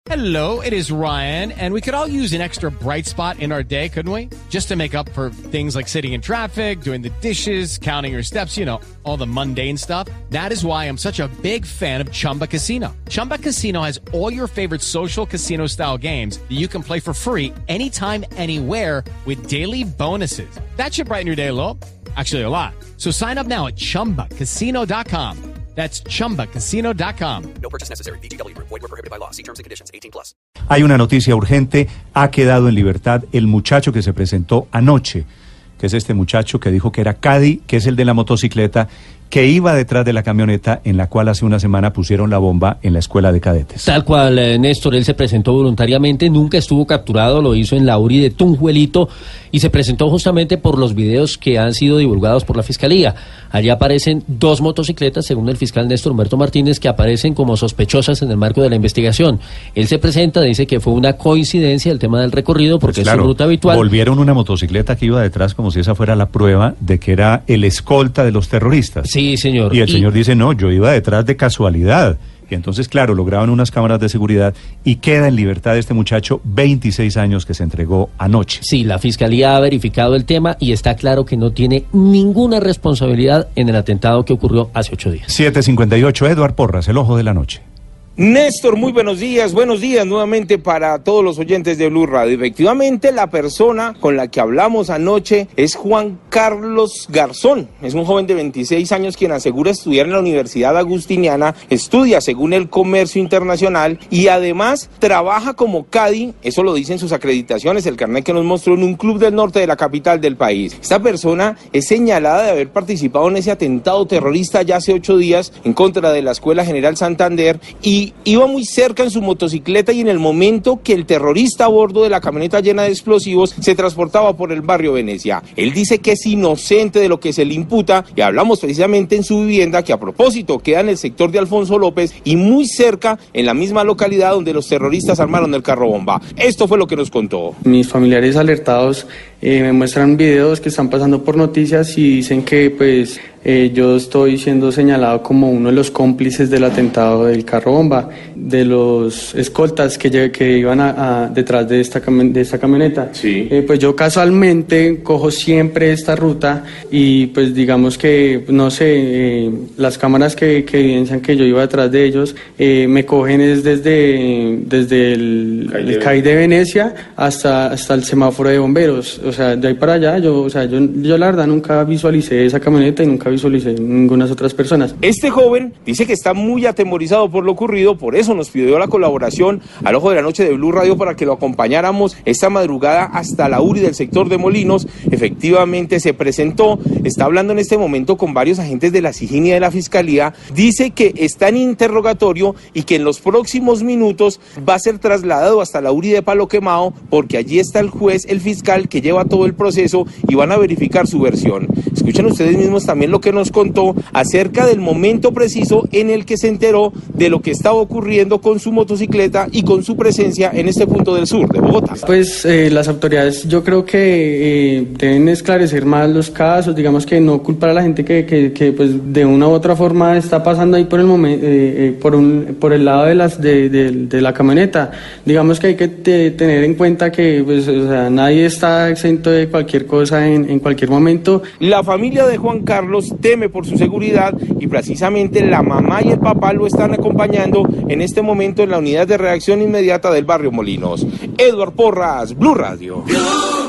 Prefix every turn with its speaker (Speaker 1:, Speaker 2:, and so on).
Speaker 1: Hello, it is Ryan, and we could all use an extra bright spot in our day, couldn't we? Just to make up for things like sitting in traffic, doing the dishes, counting your steps, you know, all the mundane stuff. That is why I'm such a big fan of Chumba Casino. Chumba Casino has all your favorite social casino-style games that you can play for free anytime, anywhere with daily bonuses. That should brighten your day a little. Actually, a lot. So sign up now at ChumbaCasino.com. That's ChumbaCasino.com.
Speaker 2: No purchase necessary. VGW Group. Void where prohibited by law. See terms and conditions. 18+.
Speaker 3: Hay una noticia urgente. Ha quedado en libertad el muchacho que se presentó anoche, que es este muchacho que dijo que era Cadi, que es el de la motocicleta, que iba detrás de la camioneta en la cual hace una semana pusieron la bomba en la escuela de cadetes.
Speaker 4: Tal cual, Néstor, él se presentó voluntariamente, nunca estuvo capturado, lo hizo en la URI de Tunjuelito y se presentó justamente por los videos que han sido divulgados por la Fiscalía. Allí aparecen dos motocicletas, según el fiscal Néstor Humberto Martínez, que aparecen como sospechosas en el marco de la investigación. Él se presenta, dice que fue una coincidencia el tema del recorrido, porque
Speaker 3: pues claro,
Speaker 4: es su ruta habitual.
Speaker 3: Volvieron una motocicleta que iba detrás como si esa fuera la prueba de que era el escolta de los terroristas.
Speaker 4: Sí, señor.
Speaker 3: Y el señor dice, no, yo iba detrás de casualidad. Y entonces, claro, lo graban unas cámaras de seguridad y queda en libertad este muchacho, 26 años, que se entregó anoche.
Speaker 4: Sí, la Fiscalía ha verificado el tema y está claro que no tiene ninguna responsabilidad en el atentado que ocurrió hace 8 días.
Speaker 3: 7:58, Eduard Porras, el ojo de la noche.
Speaker 5: Néstor, muy buenos días nuevamente para todos los oyentes de Blue Radio. Efectivamente, la persona con la que hablamos anoche es Juan Carlos Garzón. Es un joven de 26 años quien asegura estudiar en la Universidad Agustiniana, estudia según el Comercio Internacional y además trabaja como Cadi, eso lo dicen sus acreditaciones, el carnet que nos mostró, en un club del norte de la capital del país. Esta persona es señalada de haber participado en ese atentado terrorista ya hace 8 días en contra de la Escuela General Santander y iba muy cerca en su motocicleta y en el momento que el terrorista a bordo de la camioneta llena de explosivos se transportaba por el barrio Venecia. Él dice que es inocente de lo que se le imputa y hablamos precisamente en su vivienda, que a propósito queda en el sector de Alfonso López y muy cerca en la misma localidad donde los terroristas armaron el carro bomba. Esto fue lo que nos contó.
Speaker 6: Mis familiares alertados me muestran videos que están pasando por noticias y dicen que yo estoy siendo señalado como uno de los cómplices del atentado del carro bomba, de los escoltas que iban detrás de esta camioneta.
Speaker 5: Sí.
Speaker 6: Pues yo casualmente cojo siempre esta ruta y pues digamos que, no sé, las cámaras que evidencian que yo iba detrás de ellos me cogen desde el CAI de Venecia hasta el semáforo de bomberos. O sea, de ahí para allá, yo la verdad nunca visualicé esa camioneta y nunca visualicé ninguna otras personas.
Speaker 5: Este joven dice que está muy atemorizado por lo ocurrido, por eso nos pidió la colaboración al Ojo de la Noche de Blue Radio para que lo acompañáramos esta madrugada hasta la URI del sector de Molinos. Efectivamente se presentó, está hablando en este momento con varios agentes de la SIJIN y de la Fiscalía, dice que está en interrogatorio y que en los próximos minutos va a ser trasladado hasta la URI de Palo Quemado, porque allí está el juez, el fiscal que lleva todo el proceso y van a verificar su versión. Escuchen ustedes mismos también lo que nos contó acerca del momento preciso en el que se enteró de lo que estaba ocurriendo con su motocicleta y con su presencia en este punto del sur de Bogotá.
Speaker 6: Pues las autoridades yo creo que deben esclarecer más los casos, digamos que no culpar a la gente que pues de una u otra forma está pasando ahí por el momento, por el lado de la camioneta. Digamos que hay que tener en cuenta que pues, o sea, nadie está exento de cualquier cosa en cualquier momento.
Speaker 5: La familia de Juan Carlos teme por su seguridad y precisamente la mamá y el papá lo están acompañando en este momento en la unidad de reacción inmediata del barrio Molinos. Eduard Porras, Blue Radio.